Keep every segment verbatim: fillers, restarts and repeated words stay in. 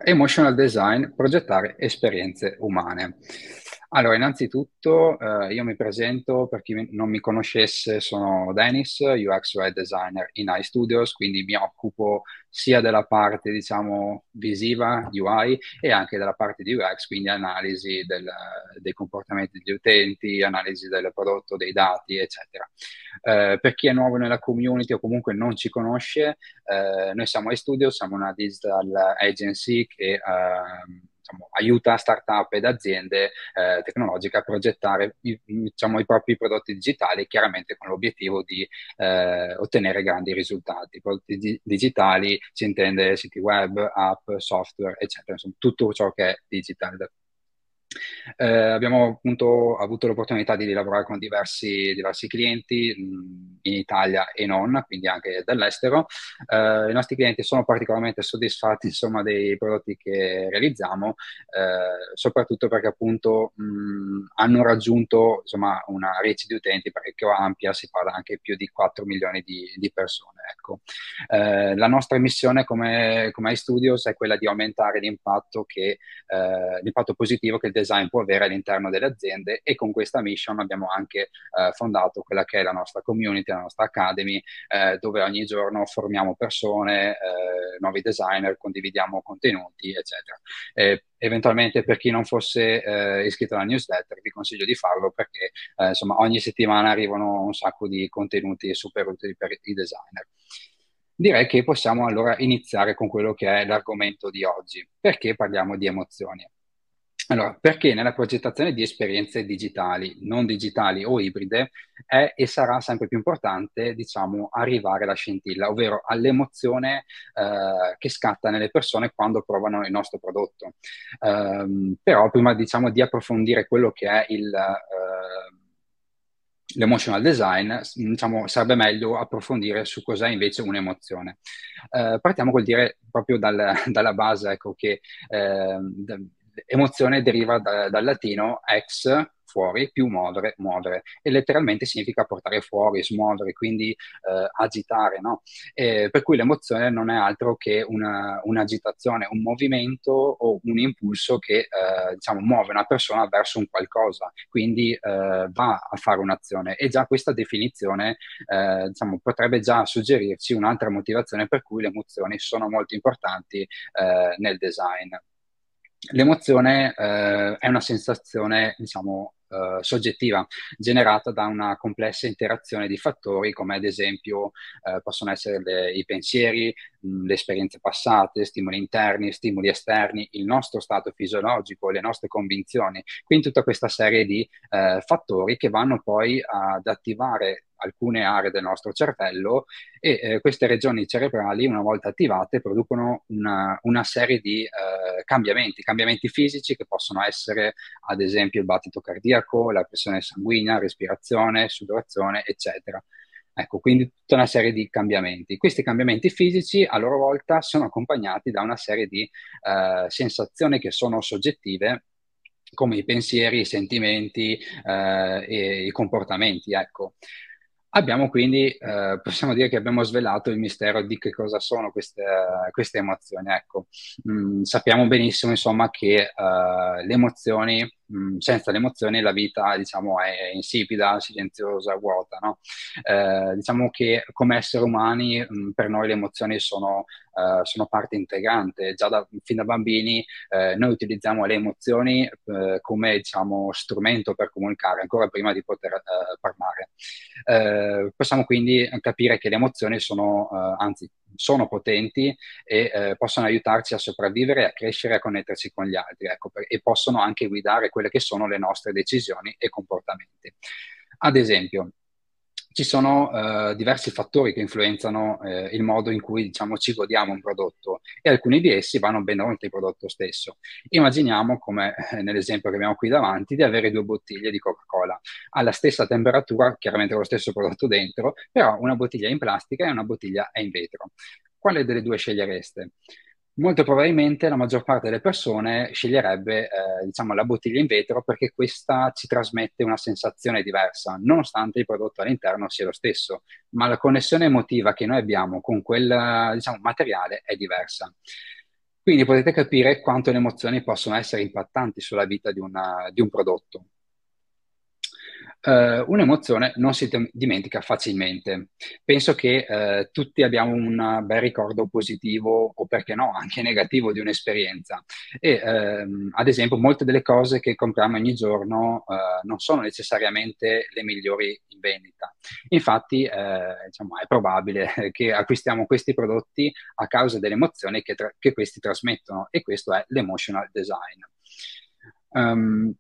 Emotional design, progettare esperienze umane. Allora, innanzitutto eh, io mi presento, per chi mi- non mi conoscesse, sono Dennis, U X U I designer in iStudios, quindi mi occupo sia della parte, diciamo, visiva, U I, e anche della parte di U X, quindi analisi del- dei comportamenti degli utenti, analisi del prodotto, dei dati, eccetera. Eh, per chi è nuovo nella community o comunque non ci conosce, eh, noi siamo iStudio, siamo una digital agency che ehm, diciamo, aiuta startup ed aziende eh, tecnologiche a progettare i, diciamo, i propri prodotti digitali, chiaramente con l'obiettivo di eh, ottenere grandi risultati. Prodotti di- digitali si intende siti web, app, software, eccetera, insomma, tutto ciò che è digital. Eh, abbiamo appunto avuto l'opportunità di lavorare con diversi, diversi clienti mh, in Italia e non, quindi anche dall'estero. Eh, I nostri clienti sono particolarmente soddisfatti, insomma, dei prodotti che realizziamo, eh, soprattutto perché appunto mh, hanno raggiunto insomma, una reach di utenti parecchio ampia, si parla anche più di quattro milioni di, di persone. Ecco. Eh, la nostra missione come, come iStudios è quella di aumentare l'impatto che eh, l'impatto positivo che il design può avere all'interno delle aziende, e con questa mission abbiamo anche eh, fondato quella che è la nostra community, la nostra academy, eh, dove ogni giorno formiamo persone, eh, nuovi designer, condividiamo contenuti, eccetera. E, eventualmente per chi non fosse eh, iscritto alla newsletter vi consiglio di farlo perché eh, insomma ogni settimana arrivano un sacco di contenuti super utili per i designer. Direi che possiamo allora iniziare con quello che è l'argomento di oggi. Perché parliamo di emozioni? Allora, perché nella progettazione di esperienze digitali, non digitali o ibride, è e sarà sempre più importante, diciamo, arrivare alla scintilla, ovvero all'emozione eh, che scatta nelle persone quando provano il nostro prodotto. Ehm, però prima, diciamo, di approfondire quello che è il, eh, l'emotional design, s- diciamo, sarebbe meglio approfondire su cos'è invece un'emozione. Eh, partiamo col dire proprio dal- dalla base, ecco, che ehm, d- emozione deriva da- dal latino ex, fuori, più muovere, muovere, e letteralmente significa portare fuori, smuovere, quindi eh, agitare, no? E per cui l'emozione non è altro che una- un'agitazione, un movimento o un impulso che eh, diciamo, muove una persona verso un qualcosa, quindi eh, va a fare un'azione. E già questa definizione eh, diciamo, potrebbe già suggerirci un'altra motivazione per cui le emozioni sono molto importanti eh, nel design. L'emozione eh, è una sensazione, diciamo, eh, soggettiva, generata da una complessa interazione di fattori, come ad esempio eh, possono essere le- i pensieri, mh, le esperienze passate, stimoli interni, stimoli esterni, il nostro stato fisiologico, le nostre convinzioni. Quindi tutta questa serie di eh, fattori che vanno poi ad attivare alcune aree del nostro cervello, e eh, queste regioni cerebrali, una volta attivate, producono una, una serie di eh, cambiamenti, cambiamenti fisici che possono essere ad esempio il battito cardiaco, la pressione sanguigna, respirazione, sudorazione, eccetera. Ecco, quindi tutta una serie di cambiamenti. Questi cambiamenti fisici a loro volta sono accompagnati da una serie di eh, sensazioni che sono soggettive, come i pensieri, i sentimenti eh, e i comportamenti, ecco. Abbiamo quindi, eh, possiamo dire che abbiamo svelato il mistero di che cosa sono queste, queste emozioni. Ecco, Mm, sappiamo benissimo, insomma, che eh, le emozioni, mm, senza le emozioni la vita, diciamo, è insipida, silenziosa, vuota, no? Eh, diciamo che come esseri umani, mm, per noi le emozioni sono, eh, sono parte integrante. Già da, fin da bambini eh, noi utilizziamo le emozioni eh, come, diciamo, strumento per comunicare, ancora prima di poter eh, parlare. Eh, possiamo quindi capire che le emozioni sono, eh, anzi, sono potenti e eh, possono aiutarci a sopravvivere, a crescere, a connetterci con gli altri, ecco, per- e possono anche guidare quelle che sono le nostre decisioni e comportamenti. Ad esempio, ci sono eh, diversi fattori che influenzano eh, il modo in cui, diciamo, ci godiamo un prodotto, e alcuni di essi vanno ben oltre il prodotto stesso. Immaginiamo, come eh, nell'esempio che abbiamo qui davanti, di avere due bottiglie di Coca-Cola alla stessa temperatura, chiaramente con lo stesso prodotto dentro, però una bottiglia è in plastica e una bottiglia è in vetro. Quale delle due scegliereste? Molto probabilmente la maggior parte delle persone sceglierebbe, eh, diciamo, la bottiglia in vetro perché questa ci trasmette una sensazione diversa, nonostante il prodotto all'interno sia lo stesso, ma la connessione emotiva che noi abbiamo con quel, diciamo, materiale è diversa. Quindi potete capire quanto le emozioni possono essere impattanti sulla vita di una- di un prodotto. Eh, un'emozione non si tem- dimentica facilmente. Penso che eh, tutti abbiamo un bel ricordo positivo o perché no, anche negativo di un'esperienza. E ehm, ad esempio, molte delle cose che compriamo ogni giorno eh, non sono necessariamente le migliori in vendita. Infatti, eh, diciamo, è probabile che acquistiamo questi prodotti a causa delle emozioni che, tra- che questi trasmettono, e questo è l'emotional design. Um,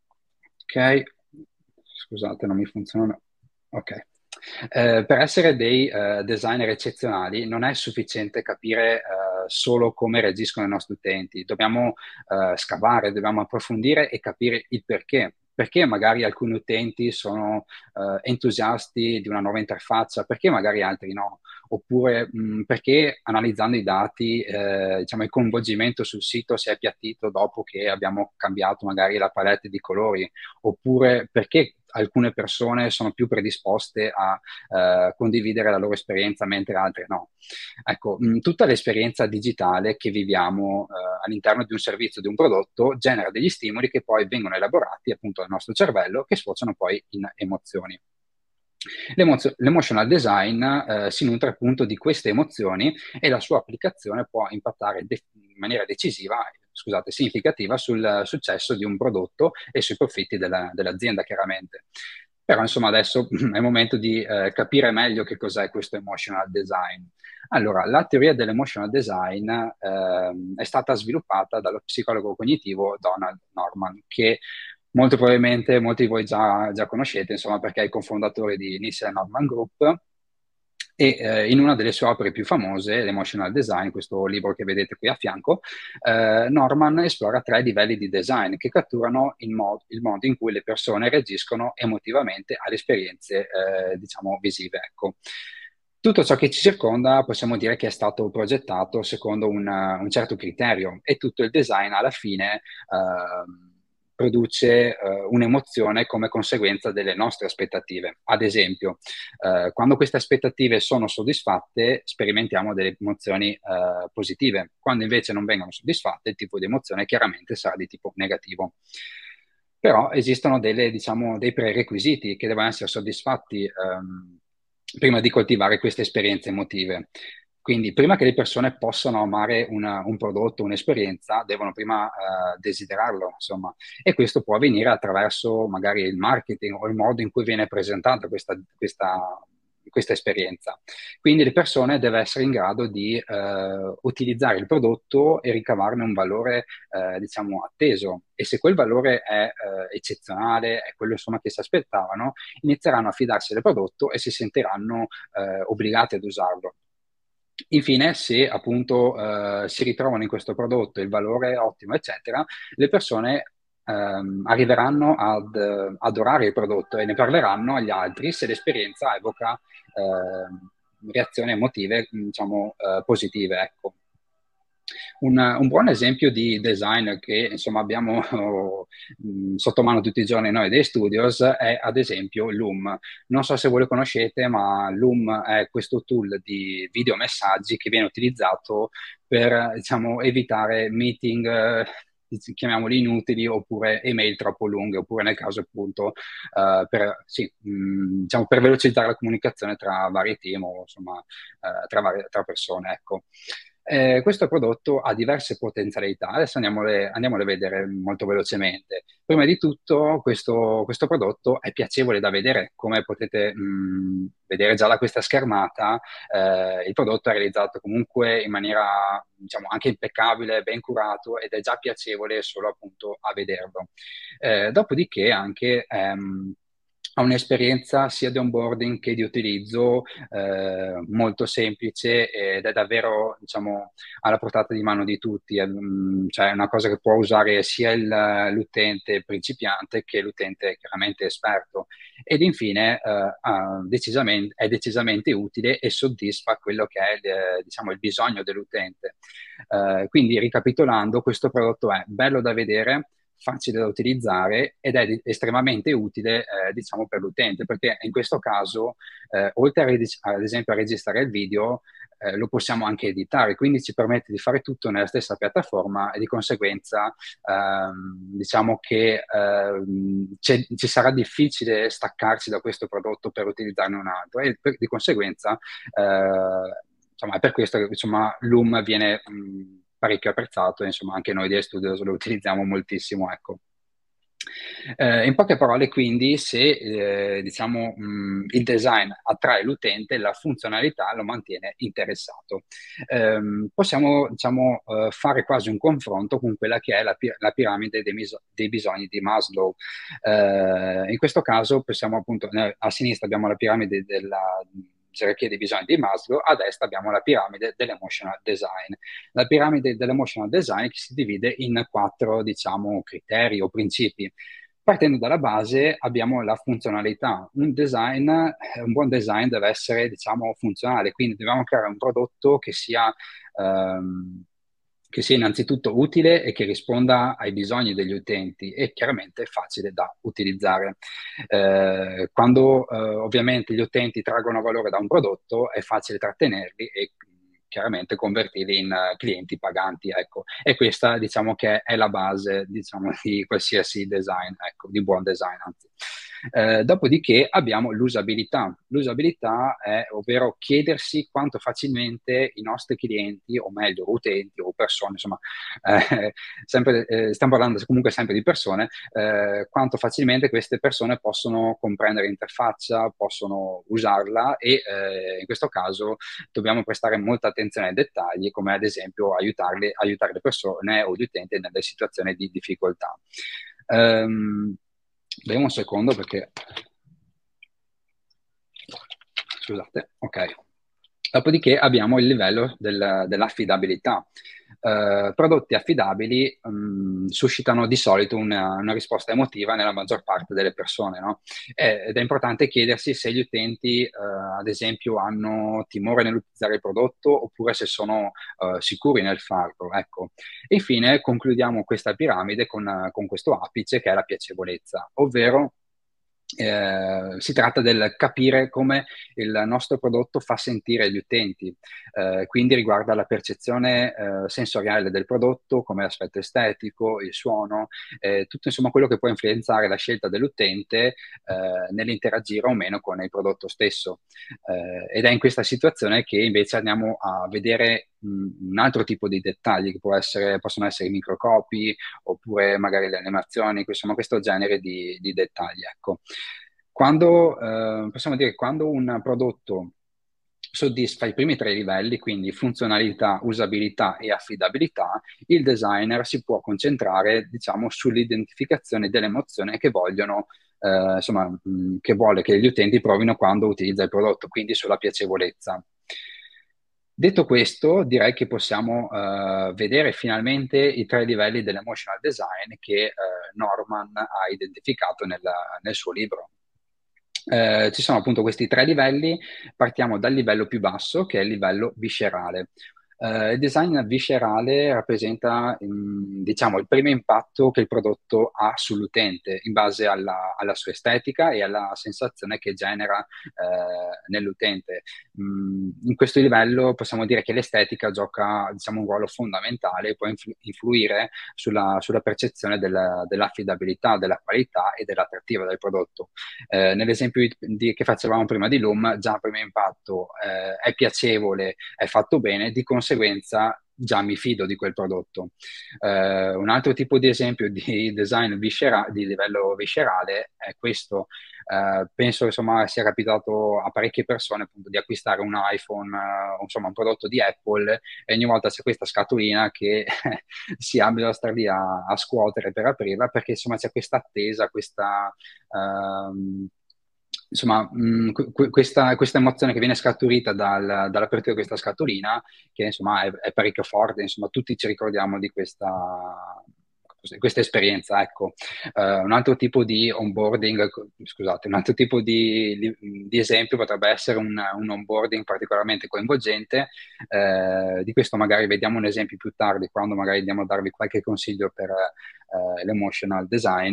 ok, scusate, non mi funziona. Ok. Eh, per essere dei eh, designer eccezionali non è sufficiente capire eh, solo come reagiscono i nostri utenti, dobbiamo eh, scavare, dobbiamo approfondire e capire il perché. Perché magari alcuni utenti sono eh, entusiasti di una nuova interfaccia, perché magari altri no? Oppure mh, perché analizzando i dati, eh, diciamo, il coinvolgimento sul sito si è appiattito dopo che abbiamo cambiato magari la palette di colori, oppure perché alcune persone sono più predisposte a eh, condividere la loro esperienza mentre altre no. Ecco, mh, tutta l'esperienza digitale che viviamo eh, all'interno di un servizio, di un prodotto, genera degli stimoli che poi vengono elaborati appunto dal nostro cervello, che sfociano poi in emozioni. L'emozio- L'emotional design eh, si nutre appunto di queste emozioni, e la sua applicazione può impattare de- in maniera decisiva, scusate, significativa sul successo di un prodotto e sui profitti della- dell'azienda, chiaramente. Però insomma adesso è il momento di eh, capire meglio che cos'è questo emotional design. Allora, la teoria dell'emotional design ehm, è stata sviluppata dallo psicologo cognitivo Donald Norman, che molto probabilmente molti di voi già, già conoscete, insomma, perché è il cofondatore di Nissan Norman Group. E eh, in una delle sue opere più famose, l'Emotional Design, questo libro che vedete qui a fianco, eh, Norman esplora tre livelli di design che catturano il, mo- il modo in cui le persone reagiscono emotivamente alle esperienze, eh, diciamo, visive. Ecco. Tutto ciò che ci circonda possiamo dire che è stato progettato secondo un, un certo criterio, e tutto il design alla fine ehm, produce eh, un'emozione come conseguenza delle nostre aspettative. Ad esempio, eh, quando queste aspettative sono soddisfatte, sperimentiamo delle emozioni eh, positive. Quando invece non vengono soddisfatte, il tipo di emozione chiaramente sarà di tipo negativo. Però esistono delle, diciamo, dei prerequisiti che devono essere soddisfatti ehm, prima di coltivare queste esperienze emotive. Quindi, prima che le persone possano amare una- un prodotto, un'esperienza, devono prima eh, desiderarlo, insomma. E questo può avvenire attraverso magari il marketing o il modo in cui viene presentata questa, questa, questa esperienza. Quindi le persone devono essere in grado di eh, utilizzare il prodotto e ricavarne un valore, eh, diciamo, atteso. E se quel valore è eh, eccezionale, è quello insomma che si aspettavano, inizieranno a fidarsi del prodotto e si sentiranno eh, obbligati ad usarlo. Infine, se appunto eh, si ritrovano in questo prodotto il valore è ottimo, eccetera, le persone ehm, arriveranno ad eh, adorare il prodotto e ne parleranno agli altri se l'esperienza evoca ehm, reazioni emotive, diciamo, eh, positive, ecco. Un, un buon esempio di design che insomma abbiamo mh, sotto mano tutti i giorni noi dei studios è ad esempio Loom. Non so se voi lo conoscete, ma Loom è questo tool di videomessaggi che viene utilizzato per, diciamo, evitare meeting, eh, chiamiamoli inutili, oppure email troppo lunghe, oppure nel caso appunto eh, per, sì, mh, diciamo, per velocizzare la comunicazione tra vari team o insomma eh, tra, varie, tra persone, ecco. Eh, questo prodotto ha diverse potenzialità, adesso andiamole, andiamole a vedere molto velocemente. Prima di tutto, questo, questo prodotto è piacevole da vedere, come potete mh, vedere già da questa schermata. Eh, il prodotto è realizzato comunque in maniera, diciamo, anche impeccabile, ben curato, ed è già piacevole solo appunto a vederlo. Eh, dopodiché anche ehm, ha un'esperienza sia di onboarding che di utilizzo eh, molto semplice, ed è davvero, diciamo, alla portata di mano di tutti. È, mm, cioè è una cosa che può usare sia il- l'utente principiante che l'utente chiaramente esperto. Ed infine eh, ha decisamente- è decisamente utile e soddisfa quello che è eh, diciamo, il bisogno dell'utente. Eh, quindi, ricapitolando, questo prodotto è bello da vedere, facile da utilizzare, ed è di- estremamente utile, eh, diciamo, per l'utente, perché in questo caso, eh, oltre a redi- ad esempio a registrare il video, eh, lo possiamo anche editare, quindi ci permette di fare tutto nella stessa piattaforma e di conseguenza ehm, diciamo che ehm, c'è- ci sarà difficile staccarsi da questo prodotto per utilizzarne un altro e per- di conseguenza eh, insomma, è per questo che insomma, Loom viene mh, parecchio apprezzato e insomma anche noi di Studios lo utilizziamo moltissimo, ecco. Eh, in poche parole, quindi, se eh, diciamo, mh, il design attrae l'utente, la funzionalità lo mantiene interessato. Ehm, possiamo, diciamo, eh, fare quasi un confronto con quella che è la, pi- la piramide dei, miso- dei bisogni di Maslow. Eh, in questo caso, possiamo appunto, eh, a sinistra abbiamo la piramide della gerarchia dei bisogni di Maslow, a destra abbiamo la piramide dell'emotional design. La piramide dell'emotional design che si divide in quattro, diciamo, criteri o principi. Partendo dalla base abbiamo la funzionalità. Un design, eh, un buon design deve essere, diciamo, funzionale, quindi dobbiamo creare un prodotto che sia, ehm, che sia innanzitutto utile e che risponda ai bisogni degli utenti e chiaramente facile da utilizzare. Eh, quando eh, ovviamente gli utenti traggono valore da un prodotto è facile trattenerli e chiaramente convertirli in uh, clienti paganti, ecco. E questa diciamo che è la base, diciamo, di qualsiasi design, ecco, di buon design, anzi. Eh, dopodiché abbiamo l'usabilità. L'usabilità è, ovvero chiedersi quanto facilmente i nostri clienti, o meglio, utenti o persone, insomma, eh, sempre, eh, stiamo parlando comunque sempre di persone, eh, quanto facilmente queste persone possono comprendere l'interfaccia, possono usarla e eh, in questo caso dobbiamo prestare molta attenzione ai dettagli, come ad esempio aiutarli, aiutare le persone o gli utenti nelle situazioni di difficoltà. Um, vediamo un secondo perché... Scusate, ok. Dopodiché abbiamo il livello del- dell'affidabilità. Eh, prodotti affidabili mh, suscitano di solito una, una risposta emotiva nella maggior parte delle persone, no? Eh, ed è importante chiedersi se gli utenti, eh, ad esempio, hanno timore nell'utilizzare il prodotto oppure se sono eh, sicuri nel farlo. Ecco. E infine concludiamo questa piramide con, con questo apice che è la piacevolezza, ovvero eh, si tratta del capire come il nostro prodotto fa sentire gli utenti, eh, quindi riguarda la percezione eh, sensoriale del prodotto, come l'aspetto estetico, il suono, eh, tutto insomma quello che può influenzare la scelta dell'utente eh, nell'interagire o meno con il prodotto stesso. Eh, ed è in questa situazione che invece andiamo a vedere mh, un altro tipo di dettagli che può essere, possono essere i microcopy oppure magari le animazioni, insomma questo genere di, di dettagli. Ecco. Quando, eh, possiamo dire che quando un prodotto soddisfa i primi tre livelli, quindi funzionalità, usabilità e affidabilità, il designer si può concentrare, diciamo, sull'identificazione delle emozioni che vogliono, eh, insomma, mh, che vuole che gli utenti provino quando utilizza il prodotto, quindi sulla piacevolezza. Detto questo, direi che possiamo eh, vedere finalmente i tre livelli dell'emotional design che eh, Norman ha identificato nel, nel suo libro. Eh, ci sono appunto questi tre livelli, partiamo dal livello più basso, che è il livello viscerale. Eh, il design viscerale rappresenta, mm, diciamo, il primo impatto che il prodotto ha sull'utente in base alla, alla sua estetica e alla sensazione che genera eh, nell'utente. Mm, in questo livello possiamo dire che l'estetica gioca, diciamo, un ruolo fondamentale e può influ- influire sulla, sulla percezione del- dell'affidabilità, della qualità e dell'attrattiva del prodotto. Eh, nell'esempio di- di- che facevamo prima di Loom, già il primo impatto eh, è piacevole, è fatto bene, di conseguenza già mi fido di quel prodotto. Eh, un altro tipo di esempio di design viscera- di livello viscerale è questo. Eh, penso insomma sia capitato a parecchie persone appunto di acquistare un iPhone, eh, insomma un prodotto di Apple e ogni volta c'è questa scatolina che si ha bisogna stare lì a, a scuotere per aprirla perché insomma c'è questa attesa, questa ehm, insomma, mh, que- questa, questa emozione che viene scaturita dal- dall'apertura di questa scatolina, che insomma è, è parecchio forte, insomma, tutti ci ricordiamo di questa, questa esperienza, ecco. Eh, un altro tipo di onboarding, scusate, un altro tipo di, di- di esempio potrebbe essere un, un onboarding particolarmente coinvolgente. Eh, di questo magari vediamo un esempio più tardi, quando magari andiamo a darvi qualche consiglio per eh, l'emotional design.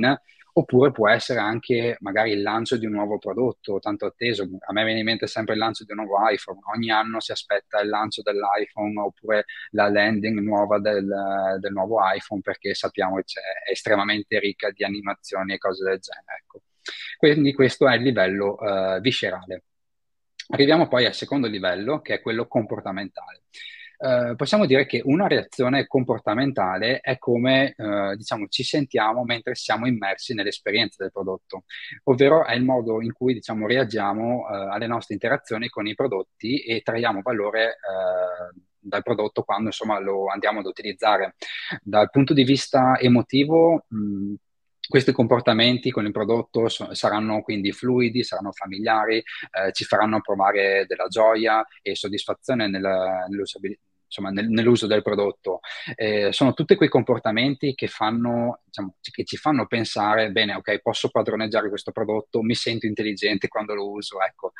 oppure può essere anche magari il lancio di un nuovo prodotto tanto atteso. A me viene in mente sempre il lancio di un nuovo iPhone. Ogni anno si aspetta il lancio dell'iPhone oppure la landing nuova del, del nuovo iPhone perché sappiamo che c'è- è estremamente ricca di animazioni e cose del genere. Ecco. Quindi questo è il livello eh, viscerale. Arriviamo poi al secondo livello, che è quello comportamentale. Eh, possiamo dire che una reazione comportamentale è come, eh, diciamo, ci sentiamo mentre siamo immersi nell'esperienza del prodotto, ovvero è il modo in cui, diciamo, reagiamo, eh, alle nostre interazioni con i prodotti e traiamo valore, eh, dal prodotto quando, insomma, lo andiamo ad utilizzare. Dal punto di vista emotivo, mh, questi comportamenti con il prodotto so- saranno quindi fluidi, saranno familiari, eh, ci faranno provare della gioia e soddisfazione nella- nell'usabil- insomma, nel- nell'uso del prodotto. Eh, sono tutti quei comportamenti che fanno, diciamo, che ci fanno pensare, bene, ok, posso padroneggiare questo prodotto, mi sento intelligente quando lo uso, ecco.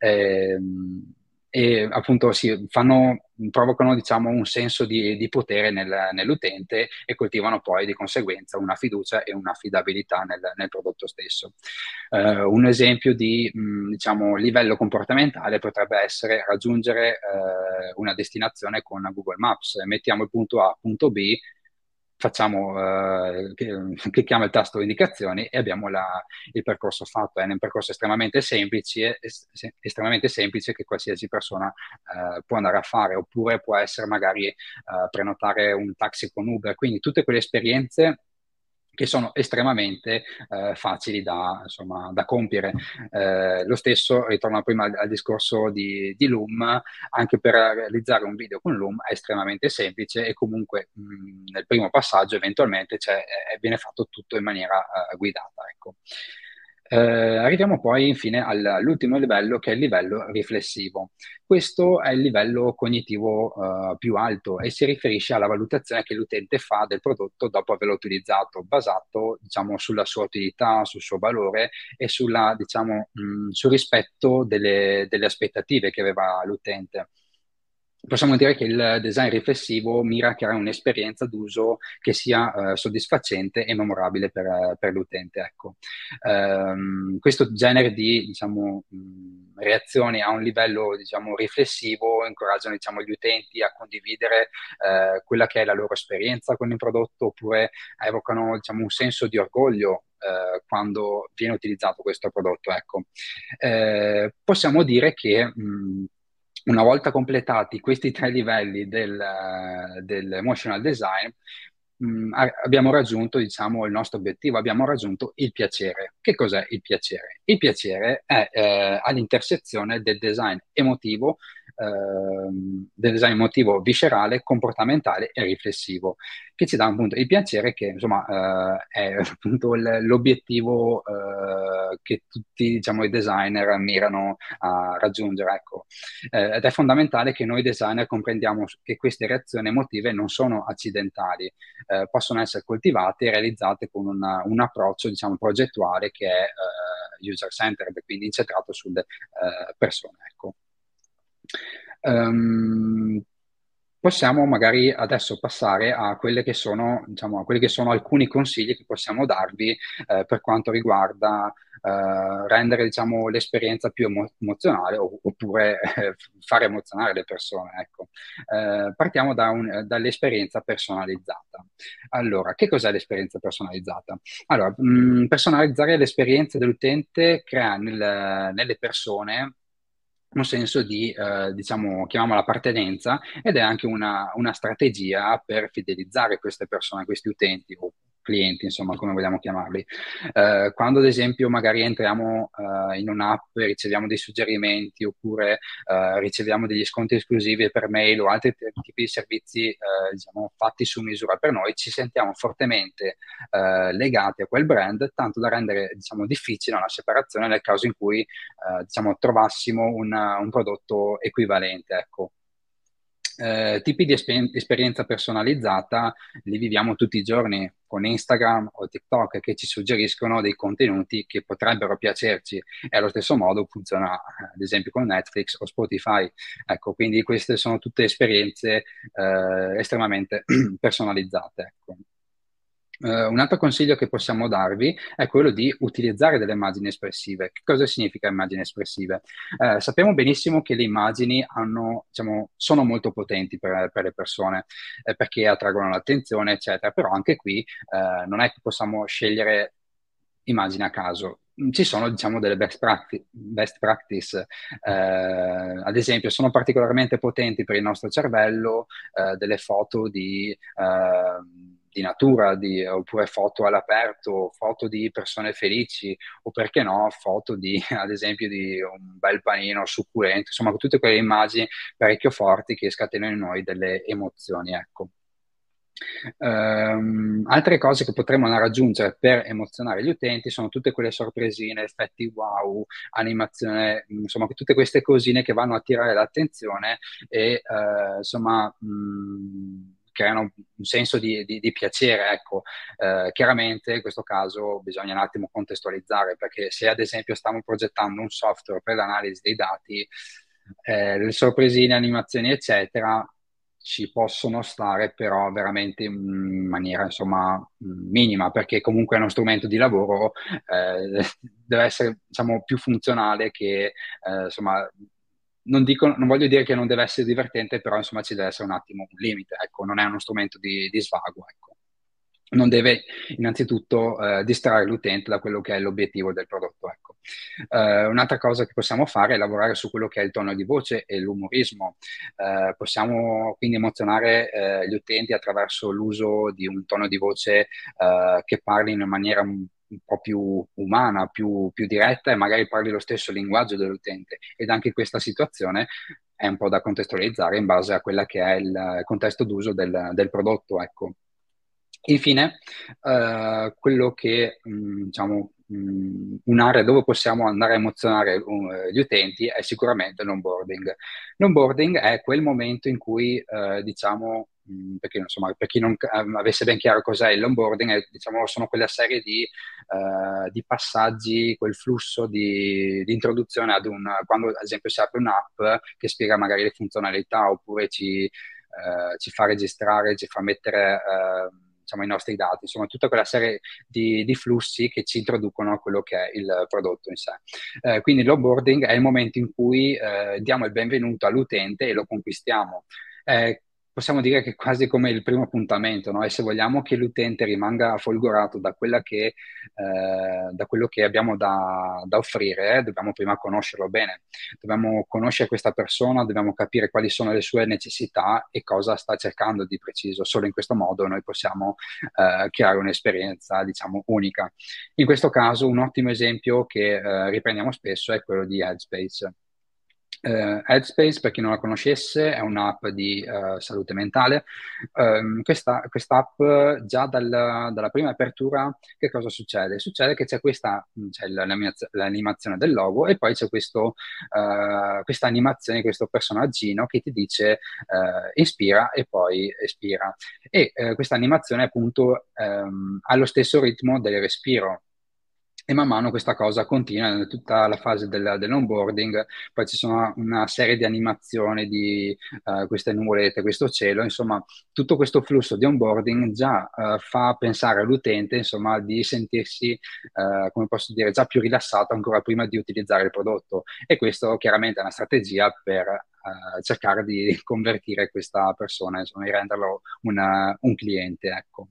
Ehm, e appunto sì, fanno, provocano, diciamo, un senso di, di potere nel- nell'utente e coltivano poi di conseguenza una fiducia e un'affidabilità nel, nel prodotto stesso. Eh, un esempio di, mh, diciamo, livello comportamentale potrebbe essere raggiungere eh, una destinazione con Google Maps. Mettiamo il punto A, punto B, facciamo, eh, clicchiamo il tasto indicazioni e abbiamo la- il percorso fatto. È un percorso estremamente semplice, es- estremamente semplice che qualsiasi persona eh, può andare a fare, oppure può essere magari eh, prenotare un taxi con Uber. Quindi tutte quelle esperienze che sono estremamente eh, facili da, insomma, da compiere. Eh, lo stesso, ritorno prima al, al discorso di, di Loom, anche per realizzare un video con Loom è estremamente semplice e comunque mh, nel primo passaggio eventualmente c'è- eh, viene fatto tutto in maniera eh, guidata. Ecco. Eh, arriviamo poi infine al- all'ultimo livello che è il livello riflessivo. Questo è il livello cognitivo eh, più alto e si riferisce alla valutazione che l'utente fa del prodotto dopo averlo utilizzato, basato, diciamo, sulla sua utilità, sul suo valore e sulla, diciamo, mh, sul rispetto delle, delle aspettative che aveva l'utente. Possiamo dire che il design riflessivo mira a creare un'esperienza d'uso che sia eh, soddisfacente e memorabile per, per l'utente. Ecco. Ehm, questo genere di, diciamo, mh, reazioni a un livello, diciamo, riflessivo incoraggiano, diciamo, gli utenti a condividere eh, quella che è la loro esperienza con il prodotto oppure evocano, diciamo, un senso di orgoglio eh, quando viene utilizzato questo prodotto. Ecco. Eh, possiamo dire che mh, una volta completati questi tre livelli del, eh, del emotional design, mh, a- abbiamo raggiunto, diciamo, il nostro obiettivo, abbiamo raggiunto il piacere. Che cos'è il piacere? Il piacere è eh, all'intersezione del design emotivo, ehm, del design emotivo viscerale, comportamentale e riflessivo, che ci dà appunto il piacere che, insomma, eh, è appunto l- l'obiettivo eh, che tutti, diciamo, i designer mirano a raggiungere, ecco. Eh, ed è fondamentale che noi designer comprendiamo che queste reazioni emotive non sono accidentali, eh, possono essere coltivate e realizzate con una- un approccio, diciamo, progettuale che è eh, user-centered, quindi incentrato sulle eh, persone, ecco. Ehm, Possiamo magari adesso passare a quelle che sono, diciamo, a quelli che sono alcuni consigli che possiamo darvi eh, per quanto riguarda eh, rendere, diciamo, l'esperienza più emo- emozionale o- oppure eh, fare emozionare le persone. Ecco. Eh, partiamo da un- dall'esperienza personalizzata. Allora, che cos'è l'esperienza personalizzata? Allora, mh, personalizzare l'esperienza dell'utente crea nel- nelle persone un senso di, eh, diciamo, chiamiamola appartenenza ed è anche una, una strategia per fidelizzare queste persone, questi utenti o clienti, insomma, come vogliamo chiamarli. Eh, quando ad esempio magari entriamo eh, in un'app e riceviamo dei suggerimenti oppure eh, riceviamo degli sconti esclusivi per mail o altri t- tipi di servizi eh, diciamo, fatti su misura per noi, ci sentiamo fortemente eh, legati a quel brand, tanto da rendere, diciamo, difficile una separazione nel caso in cui eh, diciamo, trovassimo una- un prodotto equivalente, ecco. Eh, tipi di esper- esperienza personalizzata li viviamo tutti i giorni con Instagram o TikTok che ci suggeriscono dei contenuti che potrebbero piacerci e allo stesso modo funziona eh, ad esempio con Netflix o Spotify. Ecco, quindi queste sono tutte esperienze eh, estremamente personalizzate. Ecco. Eh, un altro consiglio che possiamo darvi è quello di utilizzare delle immagini espressive. Che cosa significa immagini espressive? Eh, sappiamo benissimo che le immagini hanno, diciamo, sono molto potenti per, per le persone, eh, perché attraggono l'attenzione, eccetera, però anche qui eh, non è che possiamo scegliere immagini a caso. Ci sono, diciamo, delle best practice, best practice. Eh, ad esempio, sono particolarmente potenti per il nostro cervello eh, delle foto di, eh, di natura, di- oppure foto all'aperto, foto di persone felici, o perché no, foto di, ad esempio, di un bel panino succulento, insomma, tutte quelle immagini parecchio forti che scatenano in noi delle emozioni, ecco. Ehm, altre cose che potremmo andare ad aggiungere per emozionare gli utenti sono tutte quelle sorpresine, effetti wow, animazione, insomma, tutte queste cosine che vanno a attirare l'attenzione e eh, insomma mh, creano un senso di, di- di piacere, ecco. Eh, chiaramente in questo caso bisogna un attimo contestualizzare, perché se ad esempio stiamo progettando un software per l'analisi dei dati, eh, le sorpresine, animazioni, eccetera, ci possono stare, però veramente in maniera, insomma, minima, perché comunque è uno strumento di lavoro, eh, deve essere, diciamo, più funzionale che, eh, insomma, non dico, non voglio dire che non deve essere divertente, però, insomma, ci deve essere un attimo un limite, ecco, non è uno strumento di, di svago, ecco. Non deve innanzitutto eh, distrarre l'utente da quello che è l'obiettivo del prodotto, ecco. Eh, un'altra cosa che possiamo fare è lavorare su quello che è il tono di voce e l'umorismo. Eh, possiamo quindi emozionare eh, gli utenti attraverso l'uso di un tono di voce eh, che parli in maniera un, un po' più umana, più, più diretta e magari parli lo stesso linguaggio dell'utente. Ed anche in questa situazione è un po' da contestualizzare in base a quella che è il contesto d'uso del, del prodotto, ecco. Infine, eh, quello che, mh, diciamo, mh, un'area dove possiamo andare a emozionare uh, gli utenti è sicuramente l'onboarding. L'onboarding è quel momento in cui, eh, diciamo, mh, perché, insomma, per chi non eh, avesse ben chiaro cos'è l'onboarding, è, diciamo, sono quella serie di, eh, di passaggi, quel flusso di, di introduzione ad un, quando ad esempio si apre un'app che spiega magari le funzionalità oppure ci eh, ci fa registrare, ci fa mettere eh, diciamo, i nostri dati, insomma tutta quella serie di, di flussi che ci introducono a quello che è il prodotto in sé. Eh, quindi l'onboarding è il momento in cui eh, diamo il benvenuto all'utente e lo conquistiamo. Eh, Possiamo dire che è quasi come il primo appuntamento, no? E se vogliamo che l'utente rimanga folgorato da, quella che, eh, da quello che abbiamo da, da offrire, eh, dobbiamo prima conoscerlo bene. Dobbiamo conoscere questa persona, dobbiamo capire quali sono le sue necessità e cosa sta cercando di preciso. Solo in questo modo noi possiamo eh, creare un'esperienza, diciamo, unica. In questo caso, un ottimo esempio che eh, riprendiamo spesso è quello di Headspace. Eh, Headspace, per chi non la conoscesse, è un'app di eh, salute mentale. Ehm, questa, quest'app già dal- dalla prima apertura, che cosa succede? Succede che c'è questa, c'è l'animaz- l'animazione del logo e poi c'è questo, eh, questa animazione, questo personaggino che ti dice eh, ispira e poi espira. E eh, questa animazione appunto ehm, ha lo stesso ritmo del respiro. E man mano questa cosa continua in tutta la fase del- dell'onboarding, poi ci sono una serie di animazioni di eh, queste nuvolette, questo cielo, insomma, tutto questo flusso di onboarding già eh, fa pensare all'utente, insomma, di sentirsi, eh, come posso dire, già più rilassato ancora prima di utilizzare il prodotto. E questo chiaramente è una strategia per eh, cercare di convertire questa persona, insomma, di renderlo una- un cliente, ecco.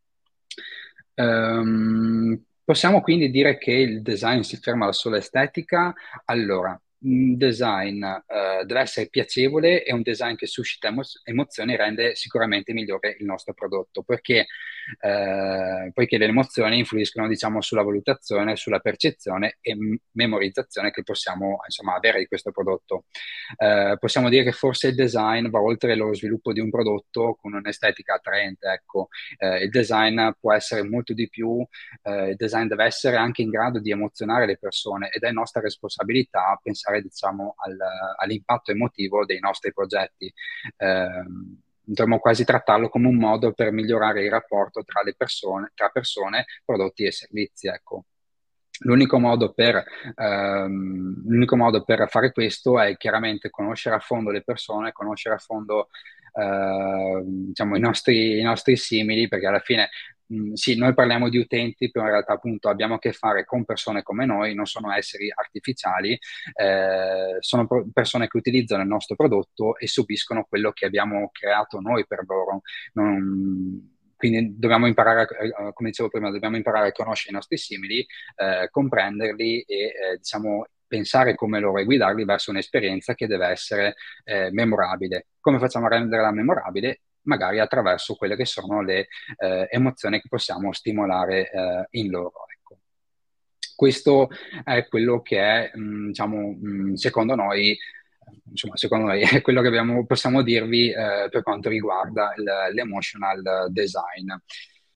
Ehm, possiamo quindi dire che il design si ferma alla sola estetica? Allora, un design eh, deve essere piacevole e un design che suscita emo- emozioni rende sicuramente migliore il nostro prodotto, perché, eh, poiché le emozioni influiscono, diciamo, sulla valutazione, sulla percezione e m- memorizzazione che possiamo, insomma, avere di questo prodotto. Eh, possiamo dire che forse il design va oltre lo sviluppo di un prodotto con un'estetica attraente, ecco. Eh, il design può essere molto di più, eh, il design deve essere anche in grado di emozionare le persone ed è nostra responsabilità pensare, diciamo, al- all'impatto emotivo dei nostri progetti. Eh, Dovremmo quasi trattarlo come un modo per migliorare il rapporto tra le persone, tra persone, prodotti e servizi, ecco. L'unico modo per, ehm, l'unico modo per fare questo è chiaramente conoscere a fondo le persone, conoscere a fondo, ehm, diciamo, i nostri, i nostri simili, perché alla fine, mh, sì, noi parliamo di utenti, però in realtà appunto abbiamo a che fare con persone come noi, non sono esseri artificiali, eh, sono pro- persone che utilizzano il nostro prodotto e subiscono quello che abbiamo creato noi per loro. Non- quindi dobbiamo imparare, a- eh, come dicevo prima, dobbiamo imparare a conoscere i nostri simili, eh, comprenderli e eh, diciamo pensare come loro e guidarli verso un'esperienza che deve essere eh, memorabile. Come facciamo a renderla memorabile? Magari attraverso quelle che sono le eh, emozioni che possiamo stimolare eh, in loro. Ecco. Questo è quello che è, mh, diciamo, mh, secondo noi, insomma, secondo noi è quello che abbiamo- possiamo dirvi eh, per quanto riguarda il- l'emotional design.